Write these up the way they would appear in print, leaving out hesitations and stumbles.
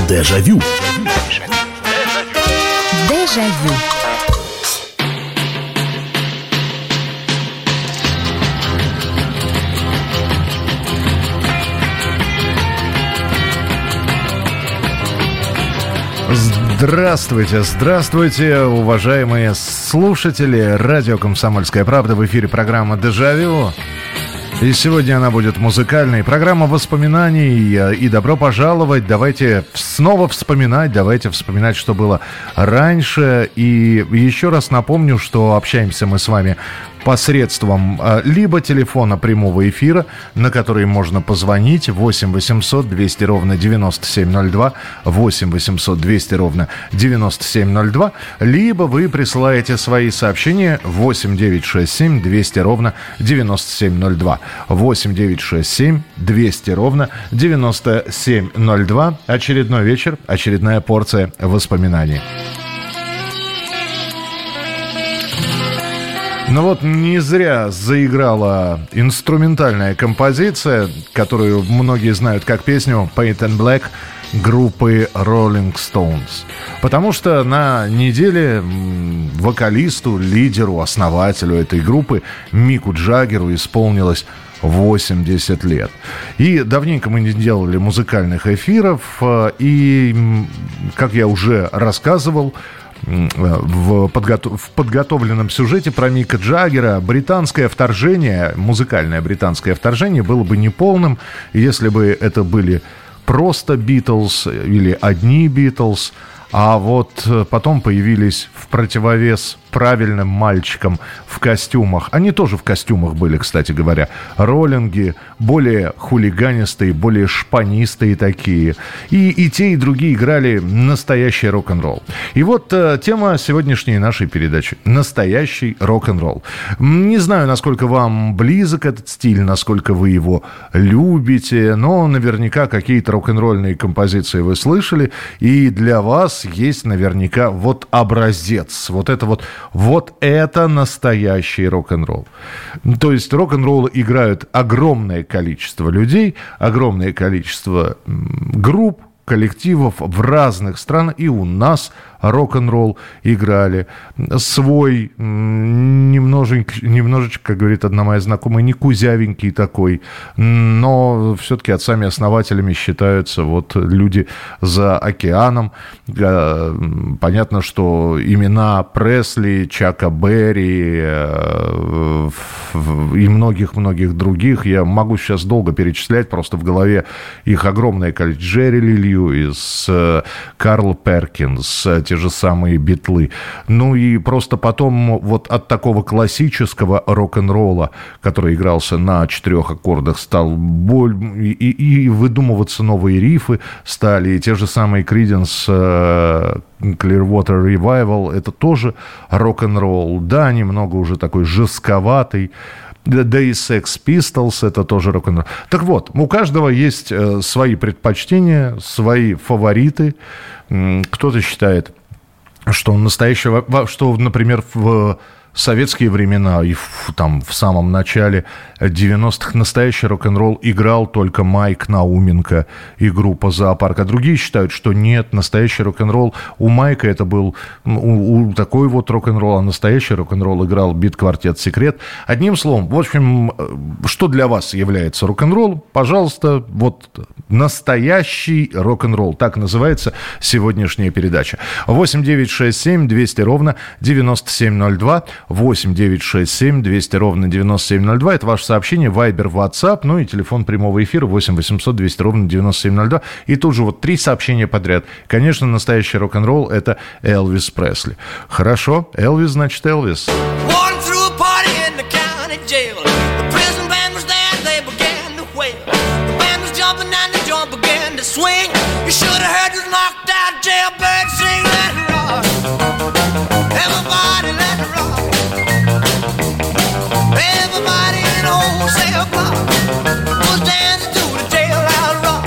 Дежавю. Дежавю. Здравствуйте, здравствуйте, уважаемые слушатели. Радио «Комсомольская правда», в эфире программа «Дежавю». И сегодня она будет музыкальной. Программа воспоминаний. И добро пожаловать. Давайте снова вспоминать. Давайте вспоминать, что было раньше. И еще раз напомню, что общаемся мы с вами посредством либо телефона прямого эфира, на который можно позвонить, 8 800 200 ровно 9702, 8 800 200 ровно 9702, либо вы присылаете свои сообщения 8 967 200 ровно 9702, 8 967 200 ровно 9702. Очередной вечер, очередная порция воспоминаний. Ну вот, не зря заиграла инструментальная композиция, которую многие знают как песню «Paint and Black» группы Rolling Stones. Потому что на неделе вокалисту, лидеру, основателю этой группы Мику Джаггеру исполнилось 80 лет. И давненько мы не делали музыкальных эфиров. И, как я уже рассказывал, в подготовленном сюжете про Мика Джаггера британское вторжение, музыкальное британское вторжение было бы неполным, если бы это были просто Битлз или одни Битлз. А вот потом появились в противовес правильным мальчикам в костюмах. Они тоже в костюмах были, кстати говоря. Роллинги, более хулиганистые, более шпанистые такие. И те, и другие играли настоящий рок-н-ролл. И вот тема сегодняшней нашей передачи. Настоящий рок-н-ролл. Не знаю, насколько вам близок этот стиль, насколько вы его любите, но наверняка какие-то рок-н-ролльные композиции вы слышали. И для вас есть наверняка вот образец. Вот это настоящий рок-н-ролл. То есть рок-н-ролл играют огромное количество людей, огромное количество групп, коллективов в разных странах. И у нас рок-н-ролл играли. Свой, немножечко, как говорит одна моя знакомая, не кузявенький такой, но все-таки отцами основателями считаются вот люди за океаном. Понятно, что имена Пресли, Чака Берри и многих-многих других я могу сейчас долго перечислять, просто в голове их огромное количество. Джерри Ли Льюис, Карл Перкинс, те же самые Битлы. Ну и просто потом вот от такого классического рок-н-ролла, который игрался на 4 аккордах, стал и выдумываться новые рифы стали. И те же самые Creedence Clearwater Revival, это тоже рок-н-ролл. Да, немного уже такой жестковатый. Да и Sex Pistols, это тоже рок-н-ролл. Так вот, у каждого есть свои предпочтения, свои фавориты. Кто-то считает, что что, например, в советские времена и в самом начале 90-х настоящий рок-н-ролл играл только Майк Науменко и группа «Зоопарк». А другие считают, что нет, настоящий рок-н-ролл у Майка это был такой вот рок-н-ролл, а настоящий рок-н-ролл играл бит-квартет «Секрет». Одним словом, в общем, что для вас является рок-н-ролл? Пожалуйста, вот настоящий рок-н-ролл. Так называется сегодняшняя передача. 8 967 200 ровно 9702. 8 967 200 ровно 9702. Это ваше сообщение, Вайбер, WhatsApp, ну и телефон прямого эфира 8 800 200 ровно 9702. И тут же вот 3 сообщения подряд. Конечно, настоящий рок-н-ролл — это Элвис Пресли. Хорошо, Элвис значит Элвис. Everybody in old Santa Claus was dancing to the jailhouse rock.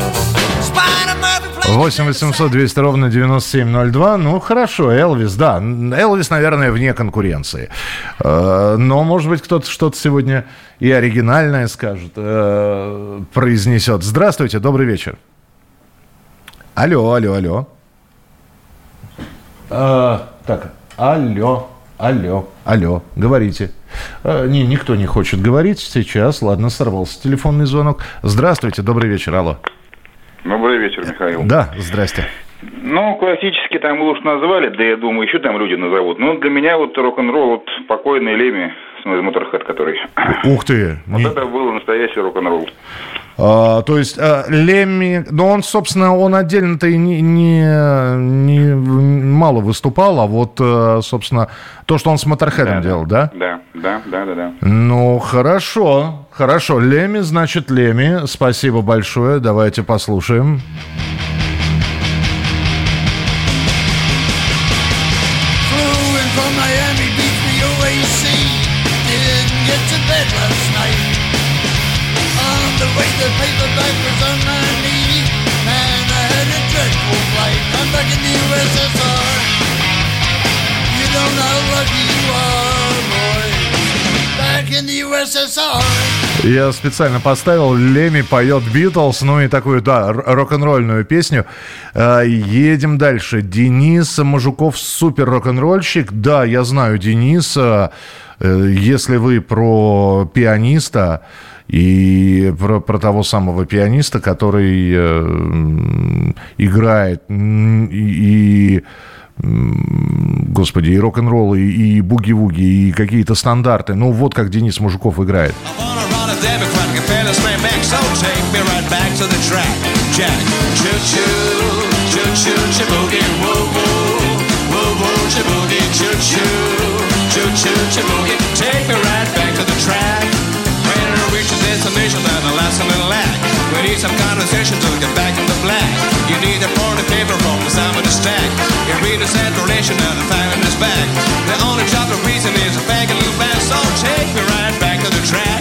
8 800 200 ровно 9702. Ну, хорошо, Элвис, да. Элвис, наверное, вне конкуренции. Но, может быть, кто-то что-то сегодня и оригинальное скажет, произнесет. Здравствуйте, добрый вечер. Алло, алло, алло. Так, алло, говорите. Никто не хочет говорить сейчас. Ладно, сорвался телефонный звонок. Здравствуйте, добрый вечер, алло. Добрый вечер, Михаил. Да, здрасте. Ну, классический там вы уж назвали, да я думаю, еще там люди назовут. Ну, для меня вот рок-н-ролл, вот покойный Леми, из Motorhead, который... Ух ты! Вот это был настоящий рок-н-ролл. То есть Лемми, но он, собственно, он отдельно-то и не мало выступал, а вот, собственно, то, что он с Моторхедом делал, да? Да. Ну, хорошо. Лемми, значит, Лемми. Спасибо большое. Давайте послушаем. The paperback was on my knee, and I had a dreadful flight. I'm back in the USSR. You don't know how lucky you are, boy. Back in the USSR. Я специально поставил, Лемми поет Битлз, ну и такую, да, рок-н-ролльную песню. Едем дальше. Денис Мажуков, супер рок-н-ролльщик. Да, я знаю Дениса. Если вы про пианиста, и про того самого пианиста, который играет господи, и рок-н-ролл, и буги-вуги, и какие-то стандарты. Ну, вот как Денис Мужиков играет. Destination that will last a little lag. We need some conversation to get back in the black. You need a party paper from the sound of the stack. You read the saturation and the fire in his back. The only job of reason is a bag and little bass. So take me right back to the track.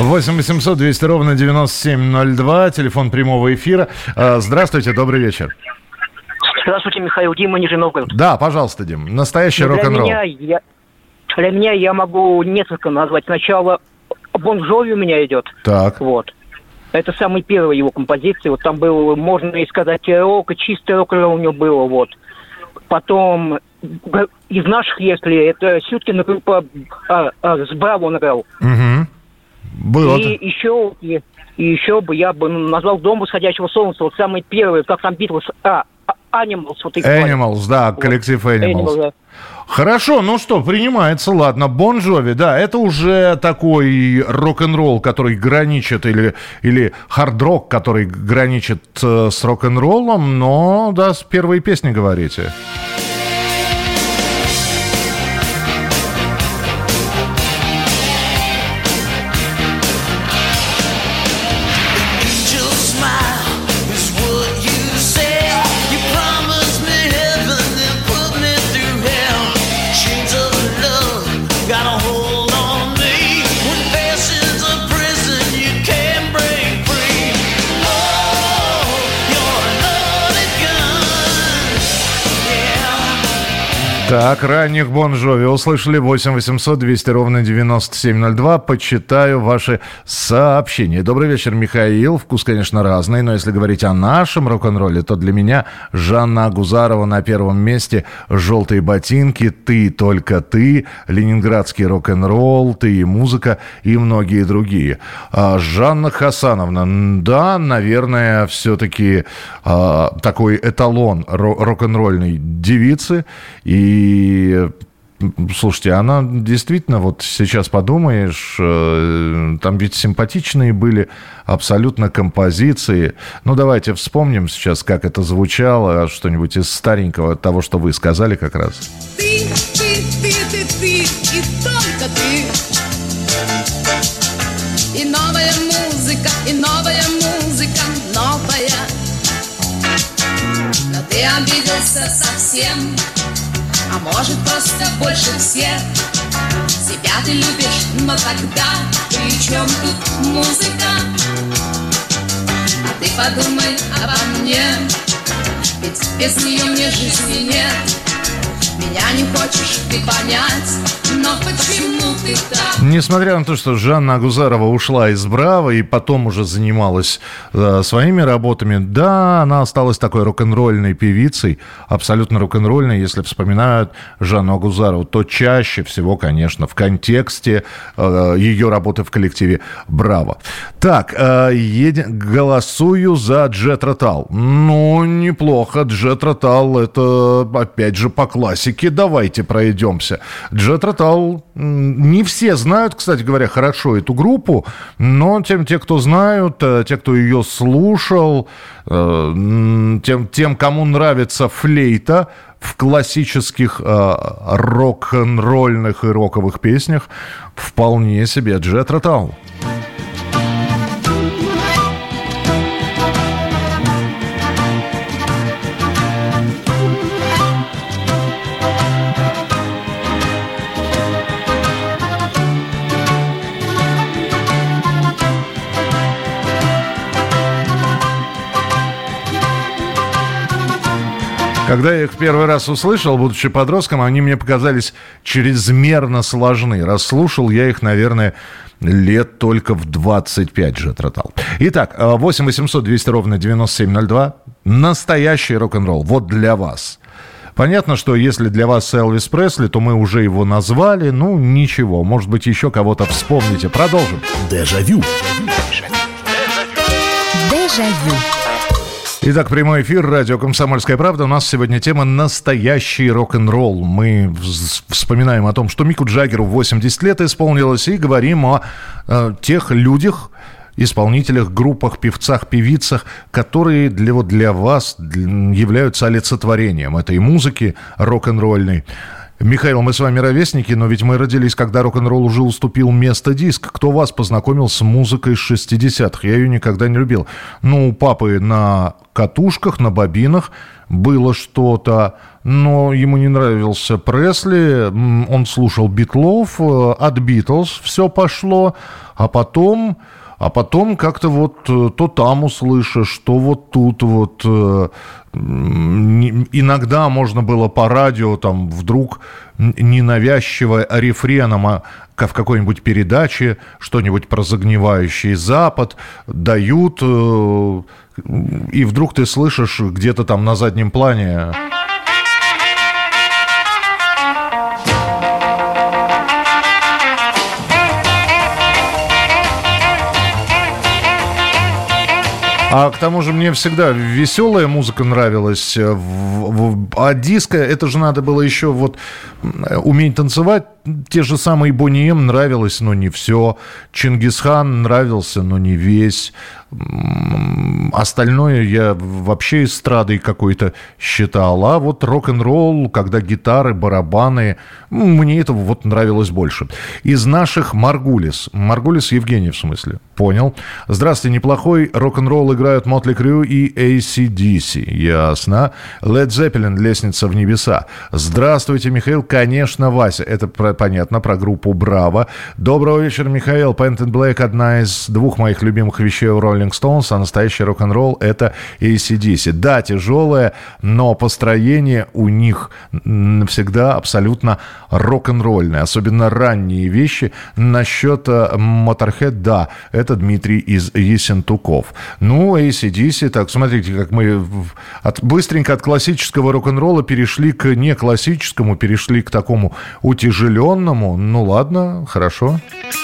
8-800-200-97-02, телефон прямого эфира. Здравствуйте, добрый вечер. Здравствуйте, Михаил, Дима, Нижний Новгород. Да, пожалуйста, Дим, настоящий рок-н-ролл. Для меня я могу несколько назвать. Сначала Бон Джови у меня идет. Так. Вот. Это самый первый его композиции. Вот там был, можно и сказать, рок, чистый рок-н-ролл у него было. Вот. Потом из наших, если это Сюткина группа с Браво он играл. Угу. Было. И еще бы я бы назвал «Дом восходящего солнца». Вот самый первый, как там Битлз, Animals. Вот Animals, да, коллектив Animals. Да. Хорошо, ну что, принимается, ладно. Бон Джови, да, это уже такой рок-н-ролл, который граничит, или хард-рок, который граничит с рок-н-роллом, но, да, с первой песни говорите. Так, ранних Бон Джови услышали. 8-800-200-97-02. Почитаю ваши сообщения. Добрый вечер, Михаил. Вкус, конечно, разный, но если говорить о нашем рок-н-ролле, то для меня Жанна Агузарова на первом месте. «Желтые ботинки», «Ты, только ты», «Ленинградский рок-н-ролл», «Ты и музыка» и многие другие. Жанна Хасановна, да, наверное, все-таки такой эталон рок-н-ролльной девицы. И слушайте, она действительно, вот сейчас подумаешь, там ведь симпатичные были абсолютно композиции. Ну, давайте вспомним сейчас, как это звучало, что-нибудь из старенького, того, что вы сказали как раз. Ты, и только ты. И новая музыка, новая. Но ты обиделся совсем. А может, просто больше всех себя ты любишь, но тогда при чем тут музыка? А ты подумай обо мне, ведь без нее мне жизни нет. Меня не хочешь ты понять, но почему ты так? Несмотря на то, что Жанна Агузарова ушла из «Браво» и потом уже занималась своими работами, да, она осталась такой рок-н-ролльной певицей, абсолютно рок-н-ролльной. Если вспоминают Жанну Агузарову, то чаще всего, конечно, в контексте ее работы в коллективе «Браво». Так, голосую за Джет Ротал. Ну, неплохо. Джет Ротал, это, опять же, по классике. Давайте пройдемся. Джет Ротал, не все знают, кстати говоря, хорошо эту группу, но те, кто знают, те, кто ее слушал, тем, кому нравится флейта в классических рок-н-ролльных и роковых песнях, вполне себе Джет Ротал. Когда я их первый раз услышал, будучи подростком, они мне показались чрезмерно сложны. Расслушал я их, наверное, лет только в 25, Джет Ротал. Итак, 8 800 200 ровно 9702. Настоящий рок-н-ролл. Вот для вас. Понятно, что если для вас Элвис Пресли, то мы уже его назвали. Ну, ничего. Может быть, еще кого-то вспомните. Продолжим. Дежавю. Дежавю. Итак, прямой эфир, радио «Комсомольская правда». У нас сегодня тема «Настоящий рок-н-ролл». Мы вспоминаем о том, что Мику Джаггеру 80 лет исполнилось, и говорим о тех людях, исполнителях, группах, певцах, певицах, которые для вас являются олицетворением этой музыки рок-н-ролльной. Михаил, мы с вами ровесники, но ведь мы родились, когда рок-н-ролл уже уступил место диск. Кто вас познакомил с музыкой 60-х? Я ее никогда не любил. Ну, у папы на катушках, на бобинах было что-то, но ему не нравился Пресли. Он слушал Битлов, от Битлз все пошло, а потом как-то вот то там услышишь, то вот тут вот. Иногда можно было по радио там вдруг ненавязчиво рефреном в какой-нибудь передаче что-нибудь про загнивающий Запад дают, и вдруг ты слышишь где-то там на заднем плане... А к тому же мне всегда веселая музыка нравилась, а диско, это же надо было еще вот уметь танцевать. Те же самые Бонни Эм нравилось, но не все. Чингисхан нравился, но не весь. Остальное я вообще эстрадой какой-то считал. А вот рок-н-ролл, когда гитары, барабаны, мне это вот нравилось больше. Из наших Маргулис. Маргулис Евгений, в смысле. Понял. Здравствуйте, неплохой рок-н-ролл играют Мотли Крю и AC/DC. Ясно. Led Zeppelin, лестница в небеса. Здравствуйте, Михаил. Конечно, Вася. Это понятно, про группу «Браво». Доброго вечера, Михаил. Paint in Black — одна из двух моих любимых вещей у Rolling Stones, а настоящий рок-н-ролл — это AC/DC. Да, тяжелое, но построение у них всегда абсолютно рок-н-ролльное. Особенно ранние вещи. Насчет Motorhead, да, это Дмитрий из Ессентуков. Ну, AC/DC, так, смотрите, как мы быстренько от классического рок-н-ролла перешли к неклассическому, перешли к такому утяжеленному. Ну ладно, хорошо.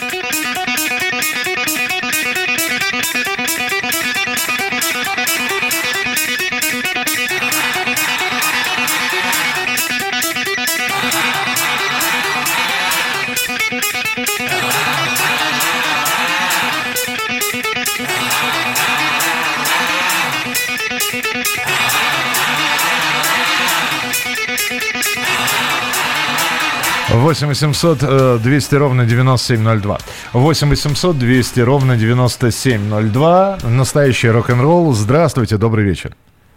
Восемь 800 200 ровно 9702. 8 800 200 ровно 9702. Настоящий рок-н-ролл. Здравствуйте, добрый вечер.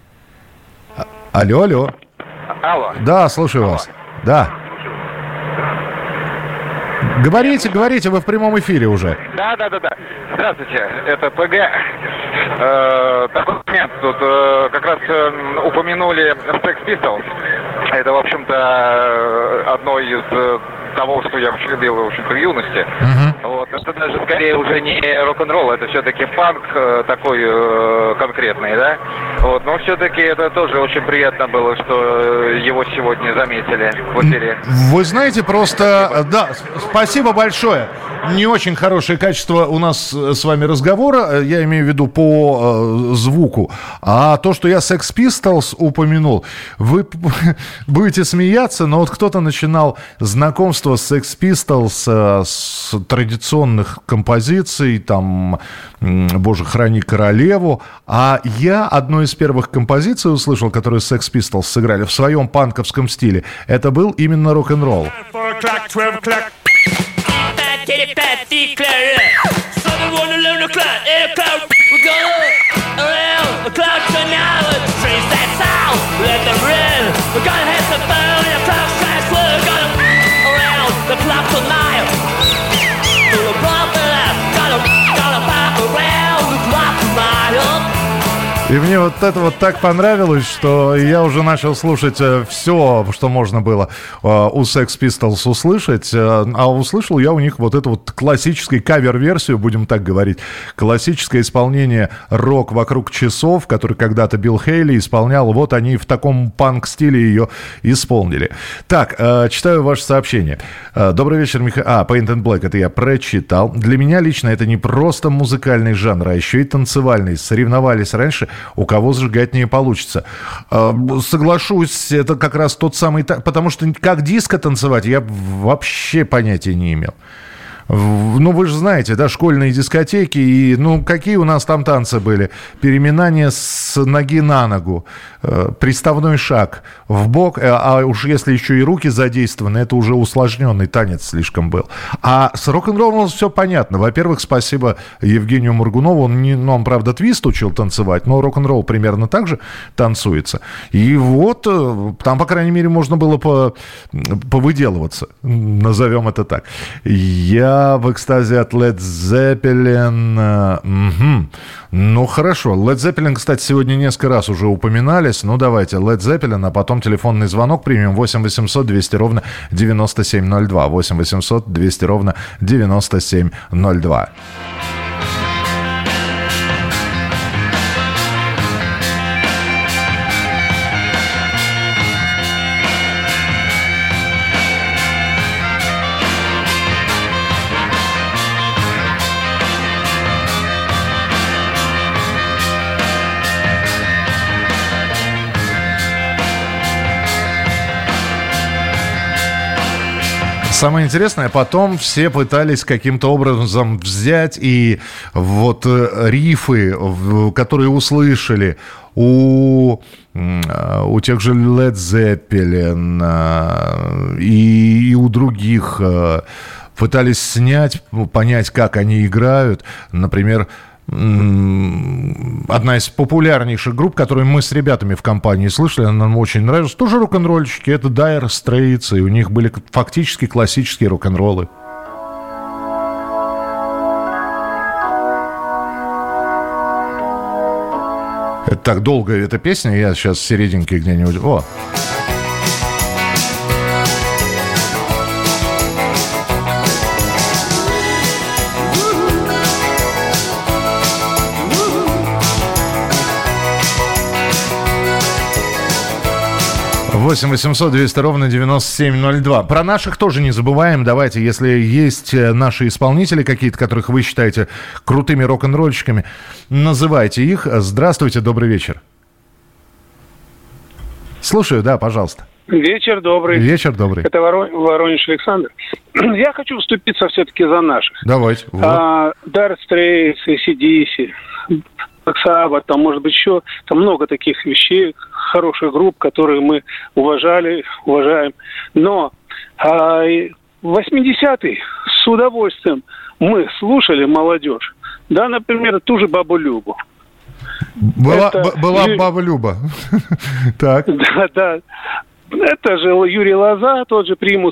Алло. Алло. Да, слушаю вас. Да. Говорите, вы в прямом эфире уже. Да. Здравствуйте, это ПГ. Такой момент, тут как раз упомянули Sex Pistols. Это, в общем-то, одно из того, что я очень любил, в общем-то, в юности. Вот. Это даже скорее уже не рок-н-ролл, это все-таки панк такой конкретный, да? Вот. Но все-таки это тоже очень приятно было, что его сегодня заметили в эфире. Вы знаете, просто... Да, спасибо большое. Не очень хорошее качество у нас с вами разговора, я имею в виду по звуку. А то, что я Sex Pistols упомянул, вы будете смеяться, но вот кто-то начинал знакомство с Sex Pistols с традиционных композиций, там, «Боже, храни королеву», а я одну из первых композиций услышал, которую Sex Pistols сыграли в своем панковском стиле. Это был именно рок-н-ролл. И мне вот это вот так понравилось, что я уже начал слушать все, что можно было у Sex Pistols услышать. А услышал я у них вот эту вот классическую кавер-версию, будем так говорить. Классическое исполнение «Рок вокруг часов», который когда-то Билл Хейли исполнял. Вот они в таком панк-стиле ее исполнили. Так, читаю ваше сообщение. Добрый вечер, Михаил. Paint and Black, это я прочитал. Для меня лично это не просто музыкальный жанр, а еще и танцевальный. Соревновались раньше, у кого зажигательнее получится. Соглашусь, это как раз тот самый... Потому что как диско танцевать, я вообще понятия не имел. Ну, вы же знаете, да, школьные дискотеки, и, ну, какие у нас там танцы были? Переминание с ноги на ногу, приставной шаг в бок, а уж если еще и руки задействованы, это уже усложненный танец слишком был. А с рок-н-роллом все понятно. Во-первых, спасибо Евгению Моргунову, он, правда, твист учил танцевать, но рок-н-ролл примерно так же танцуется. И вот, там, по крайней мере, можно было повыделываться, назовем это так. Я в экстазе от Led Zeppelin. Ну, хорошо. Led Zeppelin, кстати, сегодня несколько раз уже упоминались. Ну, давайте, Led Zeppelin, а потом телефонный звонок примем. 8 800 200 ровно 9702. 8 800 200 ровно 9702. Самое интересное, потом все пытались каким-то образом взять и вот рифы, которые услышали у тех же Led Zeppelin и у других, пытались снять, понять, как они играют. Например, одна из популярнейших групп, которую мы с ребятами в компании слышали, она нам очень нравилась, тоже рок-н-ролльщики, это Dire Straits, и у них были фактически классические рок-н-роллы. Это так долго, эта песня, я сейчас серединке где-нибудь... О! 8 800 200 ровно 9702. Про наших тоже не забываем. Давайте, если есть наши исполнители какие-то, которых вы считаете крутыми рок-н-ролльщиками, называйте их. Здравствуйте, добрый вечер. Слушаю, да, пожалуйста. Вечер добрый. Вечер добрый. Это Воронеж Александр. Я хочу вступиться все-таки за наших. Давайте. Вот. Dire Straits, AC/DC, Black Sabbath, там, может быть, еще там много таких вещей, хороших групп, которые мы уважаем. Но в 80-е с удовольствием мы слушали молодежь. Да, например, ту же Бабу Любу. Была Баба Люба. Так. Да. Это же Юрий Лоза, тот же Примус.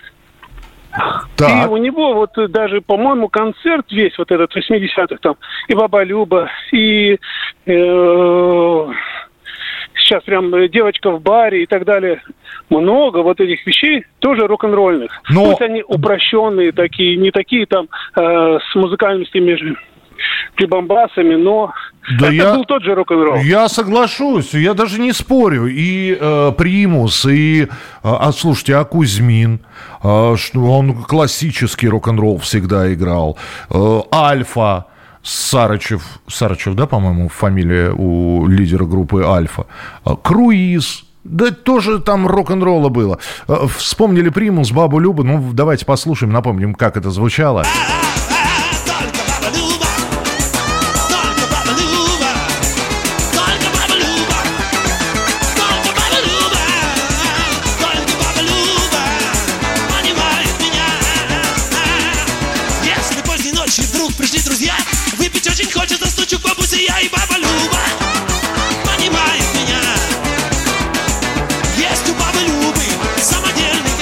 Так. И у него вот даже, по-моему, концерт весь вот этот 80-х, там и Баба Люба, и с сейчас прям девочка в баре и так далее. Много вот этих вещей тоже рок-н-ролльных. Но... Пусть они упрощенные такие, не такие там с музыкальными теми прибамбасами, но да это был тот же рок-н-ролл. Я соглашусь, я даже не спорю. И Примус, и, слушайте, а Кузьмин, он классический рок-н-ролл всегда играл. Альфа. Сарычев, да, по-моему, фамилия у лидера группы «Альфа». Круиз. Да тоже там рок-н-ролла было. Вспомнили Примус, Бабу Любу. Ну, давайте послушаем, напомним, как это звучало. Пришли друзья, выпить очень хочется, стучу по бабусе я и Баба Люба понимает меня. Есть у Бабы Любы самодельный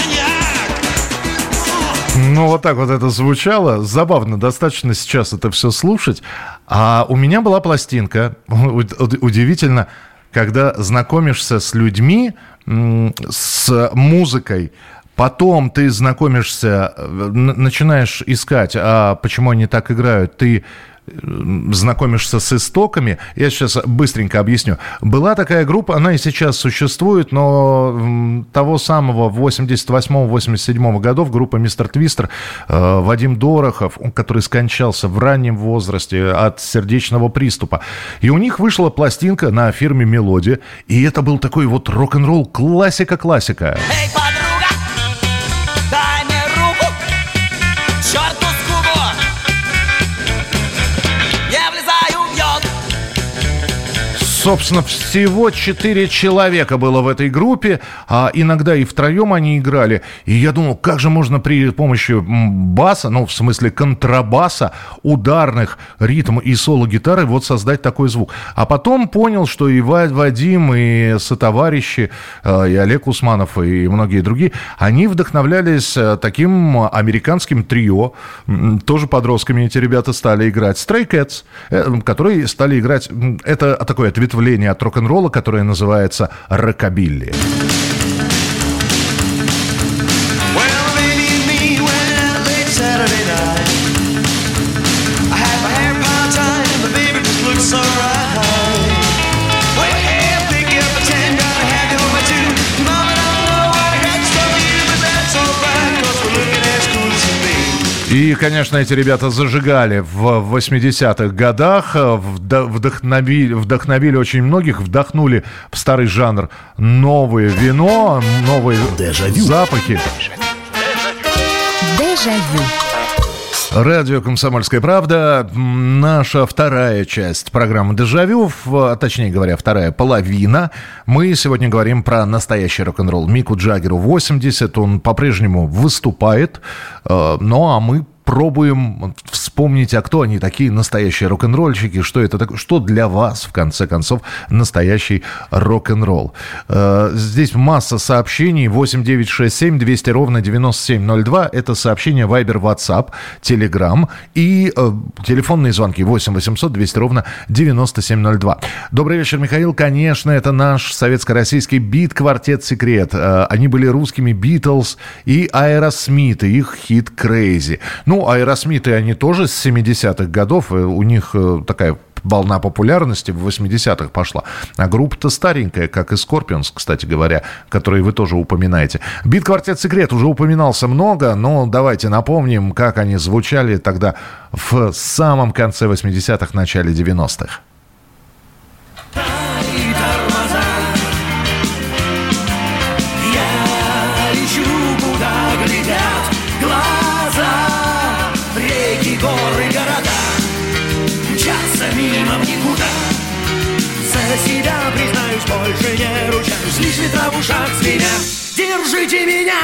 коньяк. Ну, вот так вот это звучало. Забавно достаточно сейчас это все слушать. А у меня была пластинка. Удивительно, когда знакомишься с людьми, с музыкой, потом ты знакомишься, начинаешь искать, а почему они так играют, ты знакомишься с истоками. Я сейчас быстренько объясню. Была такая группа, она и сейчас существует, но того самого 88-87 годов группа «Мистер Твистер», Вадим Дорохов, который скончался в раннем возрасте от сердечного приступа. И у них вышла пластинка на фирме «Мелодия», и это был такой вот рок-н-ролл классика-классика. Эй, подруга, дай мне руку, черту скубу. Я влезаю в йод. Собственно, всего 4 человека было в этой группе, а иногда и втроем они играли. И я думал, как же можно при помощи баса, ну, в смысле контрабаса, ударных, ритм и соло-гитары вот создать такой звук. А потом понял, что и Вадим, и сотоварищи, и Олег Усманов, и многие другие, они вдохновлялись таким американским трио. Тоже подростками эти ребята стали играть. Stray Cats, которые стали играть... Это такое ответвление от рок-н-ролла, которое называется рокобилли. И, конечно, эти ребята зажигали в 80-х годах, вдохновили очень многих, вдохнули в старый жанр новое вино, новые запахи. Дежавю. Радио «Комсомольская правда». Наша вторая часть программы «Дежавю», точнее говоря, вторая половина. Мы сегодня говорим про настоящий рок-н-ролл. Мику Джаггеру 80, он по-прежнему выступает. Ну, а мы пробуем вспомнить, а кто они такие, настоящие рок-н-ролльщики, что это такое, что для вас, в конце концов, настоящий рок-н-ролл. Здесь масса сообщений. 8-967-200-97-02. Это сообщение Viber, WhatsApp, Telegram и телефонные звонки 8-800-200-97-02. Добрый вечер, Михаил. Конечно, это наш советско-российский бит-квартет «Секрет». Они были русскими Beatles и Aerosmith, и их хит «Crazy». Ну, Аэросмиты, они тоже с 70-х годов, у них такая волна популярности в 80-х пошла. А группа-то старенькая, как и Scorpions, кстати говоря, которые вы тоже упоминаете. Бит-квартет «Секрет» уже упоминался много, но давайте напомним, как они звучали тогда в самом конце 80-х, начале 90-х. Себя, признаюсь, больше не ручаюсь. Лишь ветра в ушах звенят. Держите меня.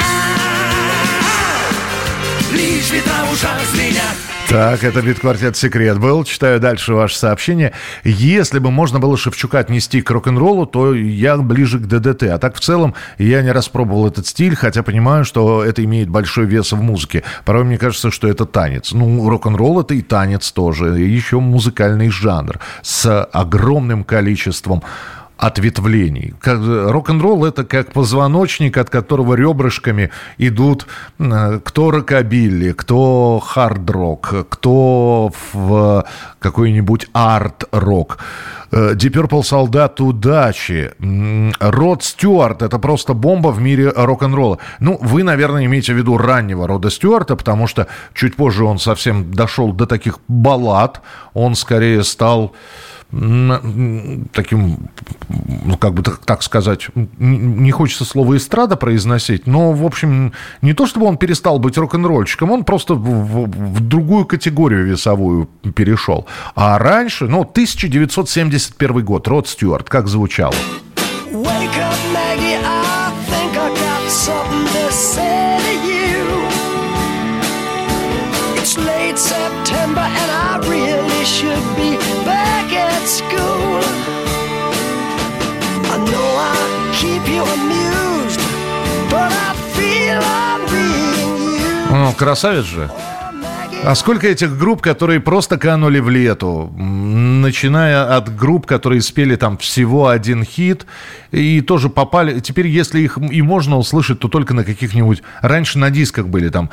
Лишь ветра в ушах звенят. Так, это бит-квартет «Секрет» был. Читаю дальше ваше сообщение. Если бы можно было Шевчука отнести к рок-н-роллу, то я ближе к ДДТ. А так, в целом, я не распробовал этот стиль, хотя понимаю, что это имеет большой вес в музыке. Порой мне кажется, что это танец. Ну, рок-н-ролл — это и танец тоже. И еще музыкальный жанр с огромным количеством ответвлений. Рок-н-ролл — это как позвоночник, от которого ребрышками идут кто рокобилли, кто хард-рок, кто в какой-нибудь арт-рок. Deep Purple — солдат удачи. Род Стюарт — это просто бомба в мире рок-н-ролла. Ну, вы, наверное, имеете в виду раннего Рода Стюарта, потому что чуть позже он совсем дошел до таких баллад. Он скорее стал таким, ну, как бы так сказать, не хочется слово эстрада произносить, но, в общем, не то чтобы он перестал быть рок-н-ролльщиком, он просто в другую категорию весовую перешел. А раньше, 1971 год, Род Стюарт, как звучал? Wake up, Maggie, I think I got something to say to you. It's late September and I really should be back at school. I know I keep you amused, but I feel I'm being used. Ну, красавец же. А сколько этих групп, которые просто канули в лету, начиная от групп, которые спели там всего один хит, и тоже попали... Теперь, если их и можно услышать, то только на каких-нибудь... Раньше на дисках были там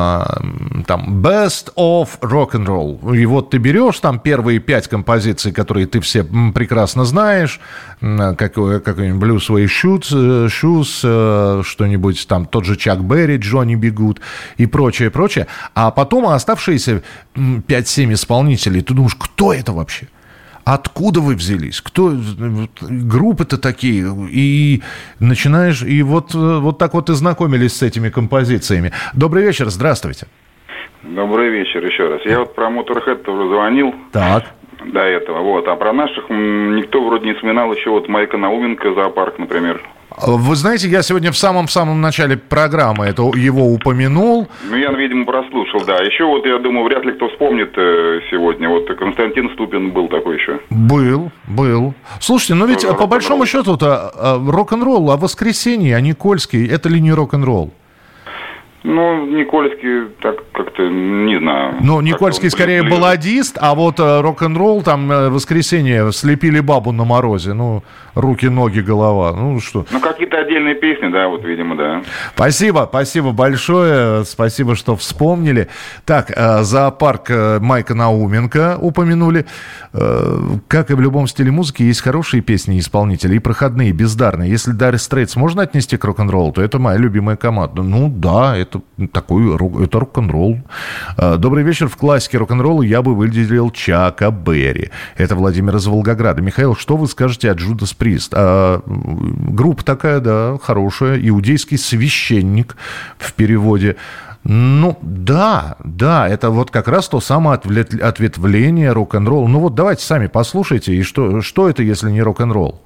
Best of Rock and Roll. И вот ты берешь там первые 5 композиций, которые ты все прекрасно знаешь, какой-нибудь Blue Suede Shoes, что-нибудь там, тот же Чак Берри, Джонни Би Гуд и прочее, прочее. А потом оставшиеся 5-7 исполнителей, ты думаешь, кто это вообще? Откуда вы взялись? Кто группы-то такие? И начинаешь... И вот так вот и знакомились с этими композициями. Добрый вечер, здравствуйте. Добрый вечер еще раз. Я вот про Motorhead тоже звонил. Так. До этого. Вот. А про наших никто вроде не вспоминал еще вот Майка Науменко, «Зоопарк», например. Вы знаете, я сегодня в самом-самом начале программы его упомянул. Ну, я, видимо, прослушал, да. Еще вот, я думаю, вряд ли кто вспомнит сегодня. Вот Константин Ступин был такой еще. Был. Слушайте, но ведь по большому счету-то рок-н-ролл, а «Воскресенье», а Никольский, это ли не рок-н-ролл? Ну, Никольский, так как-то, не знаю. Ну, Никольский скорее балладист, а вот рок-н-ролл, там, «Воскресенье», «Слепили бабу на морозе», ну, руки, ноги, голова, ну, что. Ну, какие-то отдельные песни, да, вот, видимо, да. Спасибо большое, спасибо, что вспомнили. Так, «Зоопарк» Майка Науменко упомянули. Как и в любом стиле музыки, есть хорошие песни исполнителей, и проходные, бездарные. Если Dire Straits можно отнести к рок-н-роллу, то это моя любимая команда. Ну, да, это это рок-н-ролл. Добрый вечер. В классике рок-н-ролла я бы выделил Чака Берри. Это Владимир из Волгограда. Михаил, что вы скажете о Judas Priest? Группа такая, да, хорошая. Иудейский священник в переводе. Ну, да, это вот как раз то самое ответвление рок-н-ролла. Ну вот давайте сами послушайте, и что это, если не рок-н-ролл?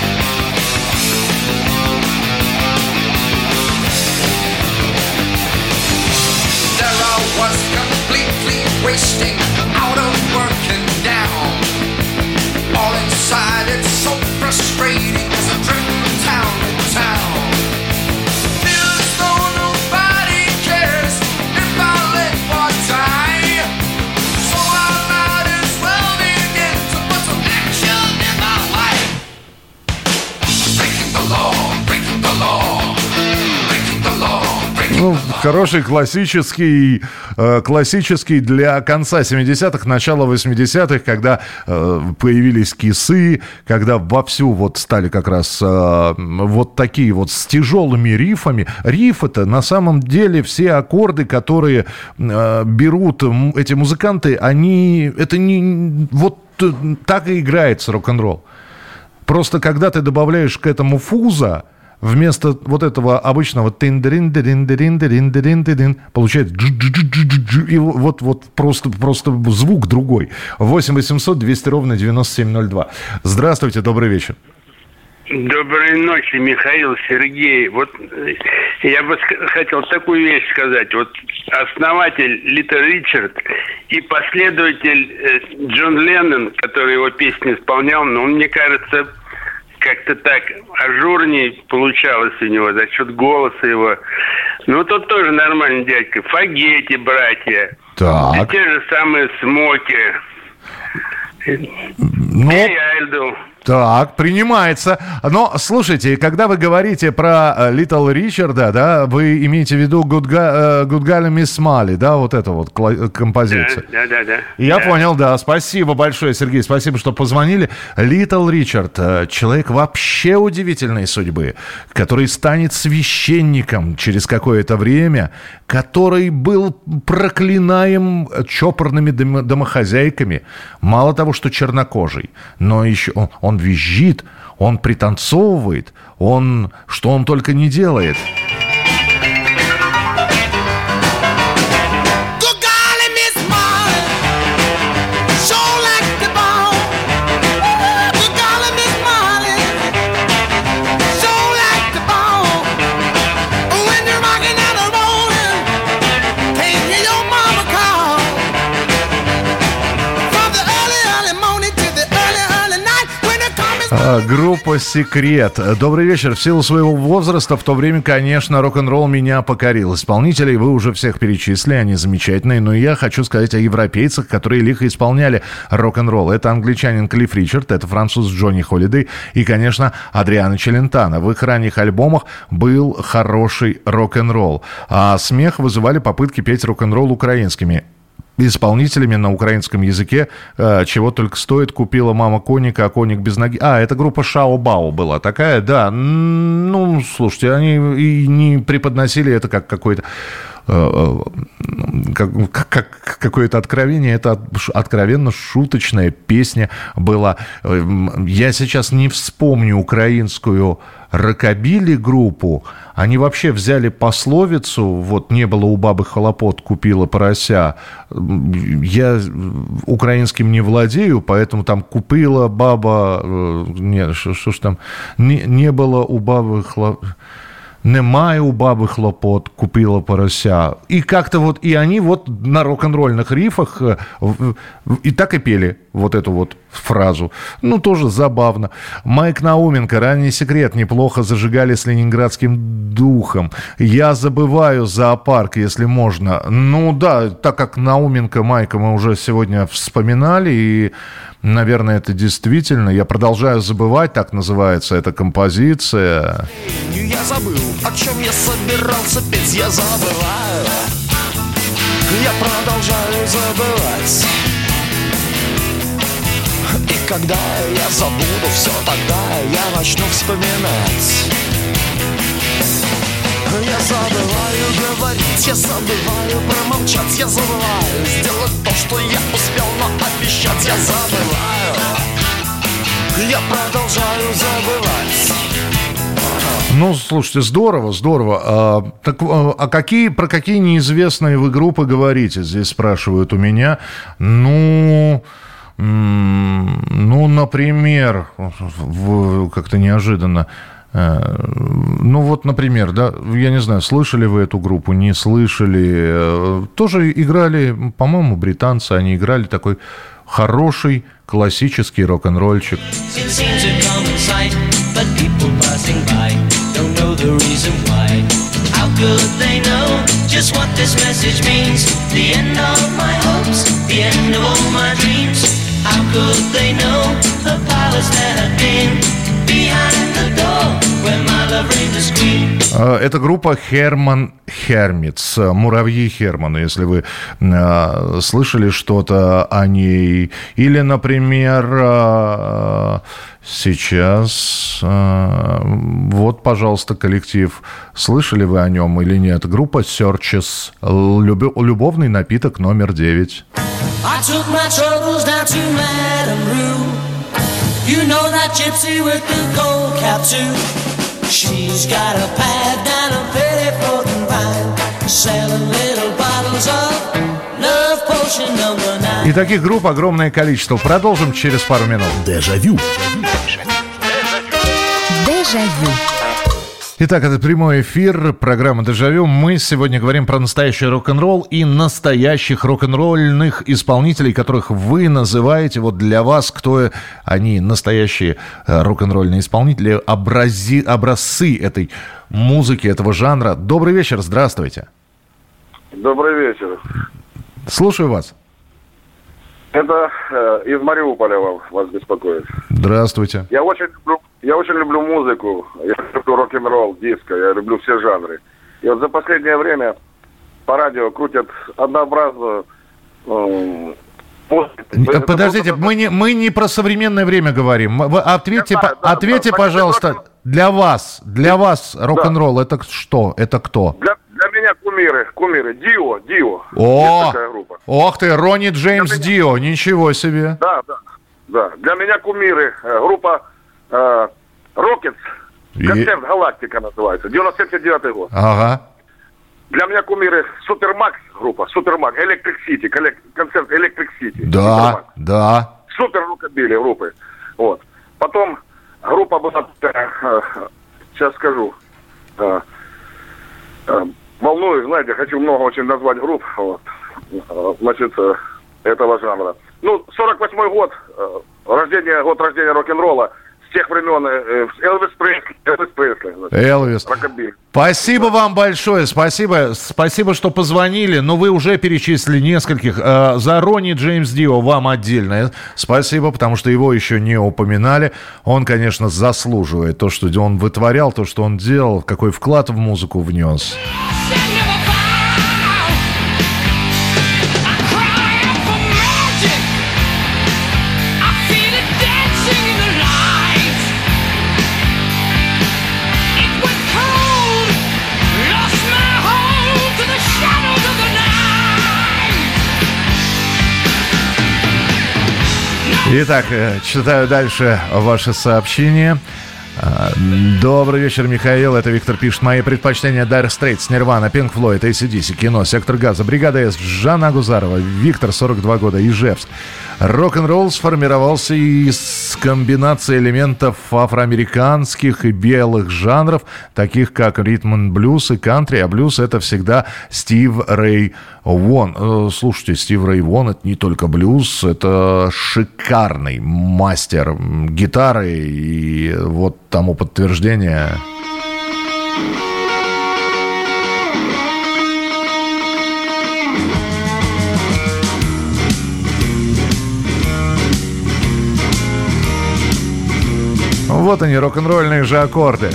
Wasting out of working down. All inside it's so frustrating as I drift from town to town. Feels though nobody cares if I let one die. So I might as well begin to put some action in my life. Breaking the law, breaking the law, breaking the law. Ну, хороший классический для конца 70-х, начала 80-х, когда появились кисы, когда вовсю вот стали как раз вот такие вот с тяжелыми рифами. Риф — это на самом деле все аккорды, которые берут эти музыканты, это не вот так и играется рок-н-ролл. Просто когда ты добавляешь к этому фуза, вместо вот этого обычного получается и вот просто звук другой. 8 800 200 ровно 9702. Здравствуйте, добрый вечер. Доброй ночи, Михаил, Сергей. Вот я бы хотел такую вещь сказать. Вот основатель Литл Ричард и последователь Джон Леннон, который его песни исполнял, но он, мне кажется, как-то так ажурнее получалось у него за счет голоса его. Ну, тот тоже нормальный дядька. Фагетти, братья. Так. И те же самые Смоки. Ну, Айлду. Так, принимается. Но, слушайте, когда вы говорите про Little Ричарда, да, вы имеете в виду Good Golly Miss Molly, да, вот эта вот композиция? Да. Я понял, да. Спасибо большое, Сергей, спасибо, что позвонили. Little Ричард, человек вообще удивительной судьбы, который станет священником через какое-то время, который был проклинаем чопорными домохозяйками. Мало того, что чернокожий, но еще он визжит, он пританцовывает, что он только не делает. Группа «Секрет». Добрый вечер. В силу своего возраста в то время, конечно, рок-н-ролл меня покорил. Исполнителей вы уже всех перечислили, они замечательные. Но я хочу сказать о европейцах, которые лихо исполняли рок-н-ролл. Это англичанин Клифф Ричард, это француз Джонни Холидей и, конечно, Адриано Челентано. В их ранних альбомах был хороший рок-н-ролл. А смех вызывали попытки петь рок-н-ролл украинскими исполнителями на украинском языке, чего только стоит. Купила мама коника, а коник без ноги. Это группа Шао-Бао была такая, да. Ну, слушайте, они и не преподносили это как какой-то какое-то откровение. Это откровенно шуточная песня была. Я сейчас не вспомню украинскую рокобили-группу. Они вообще взяли пословицу, вот не было у бабы хлопот, купила порося. Я украинским не владею, поэтому там купила баба... Нет, что ж там... Не было у бабы хлопот... Немає у баби хлопот, купила порося. И как-то вот, и они вот на рок-н-ролльных рифах и так и пели вот эту вот фразу. Ну, тоже забавно. Майк Науменко, «Ранний секрет», неплохо зажигали с ленинградским духом. Я забываю зоопарк, если можно. Ну, да, так как Науменко, Майка мы уже сегодня вспоминали, и, наверное, это действительно. Я продолжаю забывать, так называется эта композиция. Я забыл, о чем я собирался петь, я забываю. Я продолжаю забывать. И когда я забуду все, тогда я начну вспоминать. Я забываю говорить, я забываю промолчать, я забываю сделать то, что я успел наобещать. Я забываю, я продолжаю забывать. Ну, слушайте, здорово, здорово. Про какие неизвестные вы группы говорите? Здесь спрашивают у меня. Ну, например, как-то неожиданно. Ну, вот, например, да, я не знаю, слышали вы эту группу, не слышали. Тоже играли, по-моему, британцы, они играли такой хороший классический рок-н-ролльчик. But people passing by don't know the reason why. How could they know just what this message means? The end of my hopes, the end of all my dreams. How could they know the powers that have been behind the door where my love reigned the scream? Это группа Herman Hermits, «Муравьи Хермана», если вы слышали что-то о ней. Или, например, сейчас, вот, пожалуйста, коллектив, слышали вы о нем или нет? Группа Searches, «Любовный напиток номер 9». I took my troubles down to Madame Rue. You know that gypsy with the gold cap too. She's got a pad down a petticoat and vine, selling little bottles of love potion number 9. И таких групп огромное количество. Продолжим через пару минут. Дежавю. Дежавю. Итак, это прямой эфир, программа «Дежавю». Мы сегодня говорим про настоящий рок-н-ролл и настоящих рок-н-ролльных исполнителей, которых вы называете, вот для вас, кто они, настоящие рок-н-ролльные исполнители, образцы этой музыки, этого жанра. Добрый вечер, здравствуйте. Добрый вечер. Слушаю вас. Это из Мариуполя вас беспокоит. Здравствуйте. Я очень люблю музыку, я люблю рок-н-ролл, диско, я люблю все жанры. И вот за последнее время по радио крутят однообразную Подождите, мы не про современное время говорим. Ответьте, пожалуйста, для вас рок-н-ролл это что? Это кто? Для меня кумиры. Дио. О, такая группа. Ох ты, Ронни Джеймс Дио, ничего себе. Да. Для меня кумиры. Группа Rockets. Концерт «Галактика» называется. 97-й год. Ага. Для меня кумиры Супермакс группа. Супермакс. Electric City. Концерт Electric City. Да. Супер рокобили группы. Вот. Потом группа была, сейчас скажу, волнуюсь, знаете, хочу много очень назвать групп, вот, значит, этого жанра. 48-й год, год рождения рок-н-ролла, с тех времен Элвис Пресли. Элвис. Рокобили. Спасибо вам большое, спасибо, что позвонили, но вы уже перечислили нескольких. За Ронни Джеймс Дио вам отдельное спасибо, потому что его еще не упоминали. Он, конечно, заслуживает то, что он вытворял, то, что он делал, какой вклад в музыку внес. Итак, читаю дальше ваши сообщения. Добрый вечер, Михаил. Это Виктор пишет. Мои предпочтения: Dire Straits, Nirvana, Pink Floyd, AC/DC, кино, Сектор Газа, Бригада С, Жанна Агузарова, Виктор, 42 года, Ижевск. Рок-н-ролл сформировался из комбинации элементов афроамериканских и белых жанров, таких как ритм-н-блюз и кантри, а блюз — это всегда Стив Рэй Вон. Слушайте, Стив Рэй Вон — это не только блюз, это шикарный мастер гитары, и вот тому подтверждение... Вот они, рок-н-ролльные же аккорды.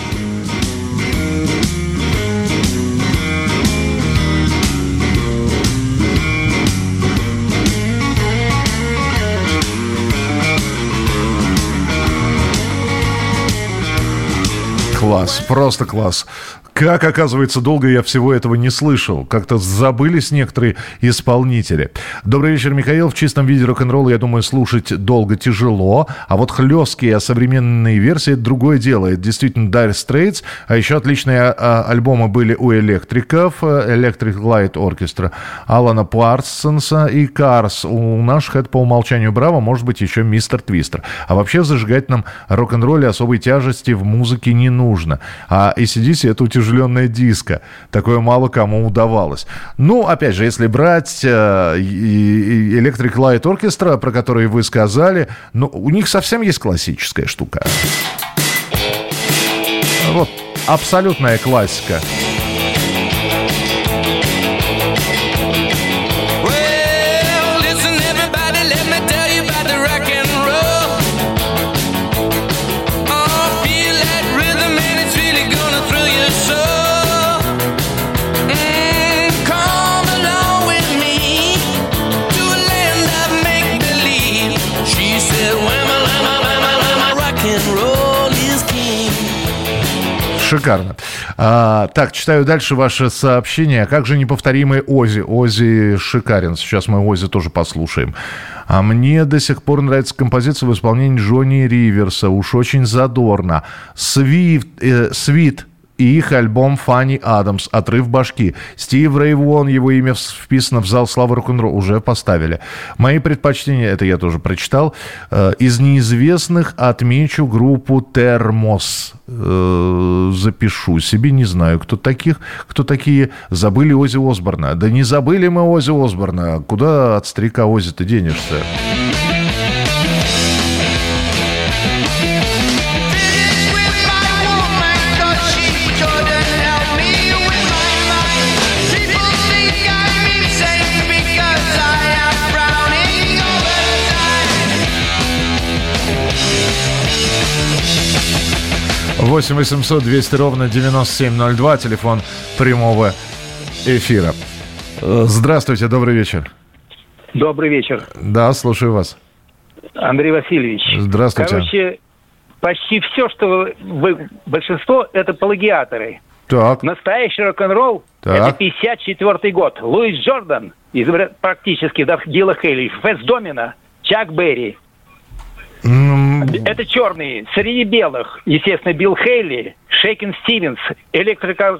Класс, просто класс. Как, оказывается, долго я всего этого не слышал. Как-то забылись некоторые исполнители. Добрый вечер, Михаил. В чистом виде рок-н-ролл, я думаю, слушать долго тяжело. А вот хлесткие современные версии — это другое дело. Это действительно Dire Straits. А еще отличные альбомы были у электриков. Electric Light Orchestra, Алана Парсонса и Cars. У наших это по умолчанию браво. Может быть, еще Мистер Твистер. А вообще в зажигательном рок-н-ролле особой тяжести в музыке не нужно. А AC/DC — это утяжеленная диско. Такое мало кому удавалось. Ну, опять же, если брать Electric Light Orchestra, про который вы сказали, ну, у них совсем есть классическая штука. Вот, абсолютная классика. Шикарно. Так, читаю дальше ваше сообщение. Как же неповторимый Оззи. Оззи шикарен. Сейчас мы Оззи тоже послушаем. А мне до сих пор нравится композиция в исполнении Джонни Риверса. Уж очень задорно. Свит и их альбом «Фанни Адамс», «Отрыв башки». Стив Рэй Вон, его имя вписано в зал славы рок-н-ролла, уже поставили. Мои предпочтения, это я тоже прочитал. Из неизвестных отмечу группу «Термос». Запишу себе, не знаю, кто такие. Забыли Оззи Осборна. Да не забыли мы Оззи Осборна. Куда от старика Оззи ты денешься? 8 800 200 ровно 9702, телефон прямого эфира. Здравствуйте, добрый вечер. Добрый вечер. Да, слушаю вас. Андрей Васильевич. Здравствуйте. Короче, почти все, что большинство, это плагиаторы. Так. Настоящий рок-н-ролл – это 54-й год. Луис Джордан, практически Дила Хейли, Фэс Домино, Чак Берри. Это черные. Среди белых, естественно, Билл Хейли, Шейкен Стивенс, Электрика,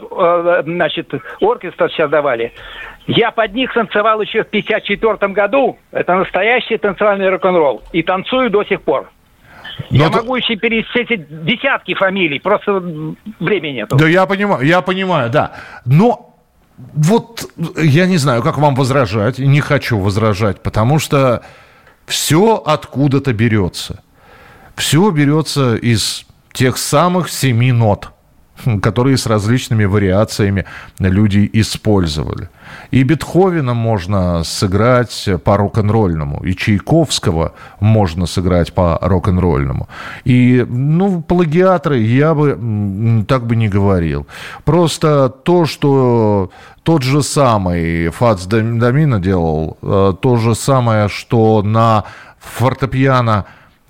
оркестр сейчас давали. Я под них танцевал еще в 54 году. Это настоящий танцевальный рок-н-ролл. И танцую до сих пор. Я могу еще перечислить десятки фамилий, просто времени нету. Да, я понимаю, да. Но вот я не знаю, как вам возражать, и не хочу возражать, потому что все откуда-то берется. Все берется из тех самых 7 нот, которые с различными вариациями люди использовали. И Бетховена можно сыграть по рок-н-ролльному, и Чайковского можно сыграть по рок-н-ролльному. И, плагиаторы я бы так бы не говорил. Просто то, что тот же самый Фац Домино делал, то же самое, что на фортепиано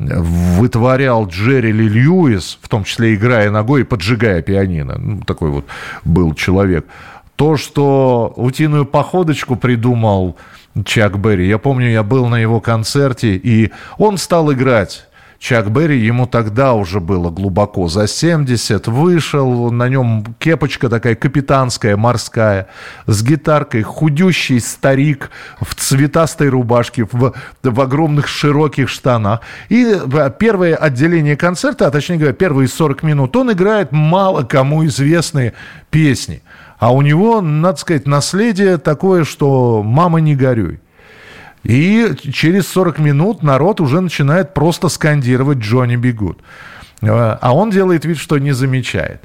вытворял Джерри Ли Льюис, в том числе играя ногой и поджигая пианино. Такой вот был человек. То, что утиную походочку придумал Чак Берри. Я помню, я был на его концерте, и он стал играть. Чак Берри, ему тогда уже было глубоко за 70, вышел, на нем кепочка такая капитанская, морская, с гитаркой, худющий старик в цветастой рубашке, в огромных широких штанах. И первое отделение концерта, а точнее говоря, первые 40 минут, он играет мало кому известные песни. А у него, надо сказать, наследие такое, что «мама, не горюй». И через 40 минут народ уже начинает просто скандировать «Джонни Би Гуд». А он делает вид, что не замечает.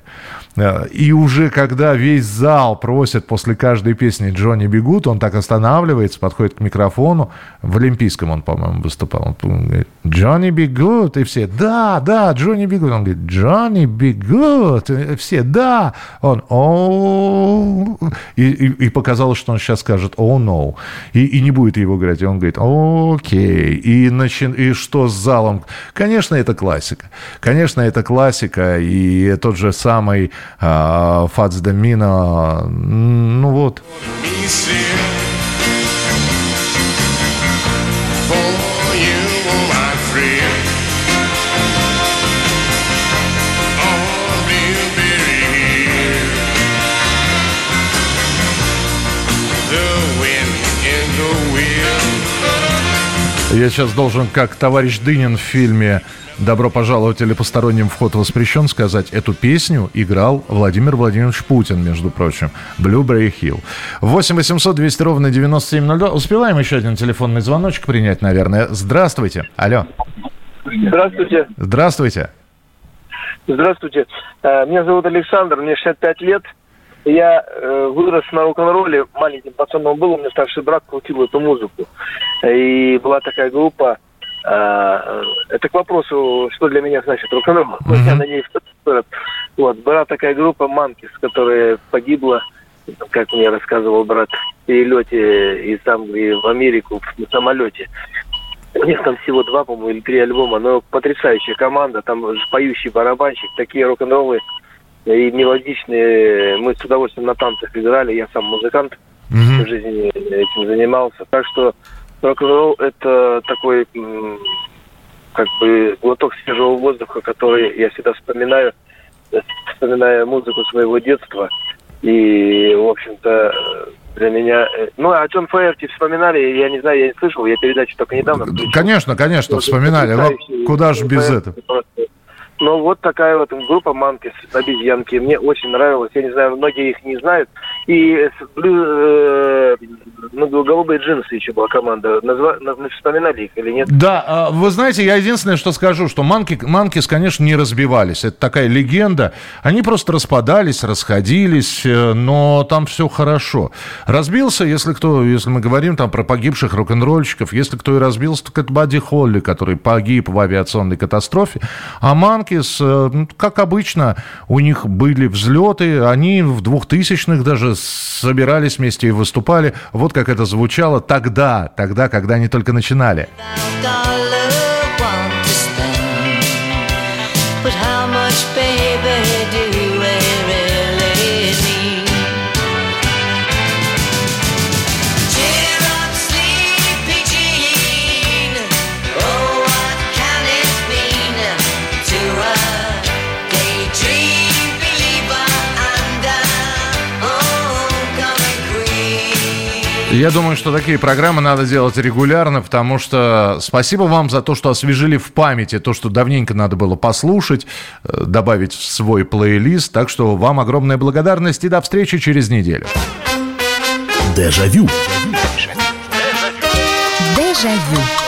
И уже когда весь зал просит после каждой песни «Джонни Би Гуд», он так останавливается, подходит к микрофону. В Олимпийском он, по-моему, выступал. Он говорит: «Джонни Би Гуд». И все: «Да, да, Джонни Би Гуд». Он говорит: «Джонни Би Гуд». И все: «Да». Он: «О». И показалось, что он сейчас скажет «Oh no». И не будет его играть. И он говорит: «Окей». И что с залом? Конечно, это классика. Конечно, это классика. И тот же самый Фац Домино, вот. Я сейчас должен, как товарищ Дынин в фильме «Добро пожаловать» или «Посторонним вход воспрещен» сказать: эту песню играл Владимир Владимирович Путин, между прочим. Blueberry Hill. 8 800 200 ровно 9702. Успеваем еще один телефонный звоночек принять, наверное. Здравствуйте. Алло. Здравствуйте. Здравствуйте. Здравствуйте. Меня зовут Александр, мне 65 лет. Я вырос на рок-н-ролле, маленьким пацаном был, у меня старший брат крутил эту музыку. И была такая группа, это к вопросу, что для меня значит рок-н-ролл. Я на ней вот, была такая группа Monkeys, которая погибла, как мне рассказывал брат, в перелете из Англии в Америку на самолете. У них там всего 2, по-моему, или 3 альбома, но потрясающая команда, там поющий барабанщик, такие рок-н-роллы и мелодичные. Мы с удовольствием на танцах играли, я сам музыкант, в жизни этим занимался. Так что рок-н-ролл — это такой, как бы, глоток свежего воздуха, который я всегда вспоминаю, вспоминая музыку своего детства. И, в общем-то, для меня... а Джон Фоерти вспоминали, я не знаю, я не слышал, я передачу только недавно включил. Конечно, вспоминали. Куда же без этого? Вот такая вот группа Monkeys, обезьянки. Мне очень нравилось. Я не знаю, многие их не знают. И голубые джинсы еще была команда. Вспоминали их или нет? Да, вы знаете, я единственное, что скажу, что Манкис, конечно, не разбивались. Это такая легенда. Они просто распадались, расходились, но там все хорошо. Разбился, если мы говорим там про погибших рок-н-ролльщиков, если кто и разбился, то это Бадди Холли, который погиб в авиационной катастрофе. А Манкис, как обычно, у них были взлеты, они в 2000-х даже собирались вместе и выступали. Вот как это звучало тогда, когда они только начинали. Я думаю, что такие программы надо делать регулярно, потому что спасибо вам за то, что освежили в памяти то, что давненько надо было послушать, добавить в свой плейлист. Так что вам огромная благодарность и до встречи через неделю. Дежавю. Дежавю.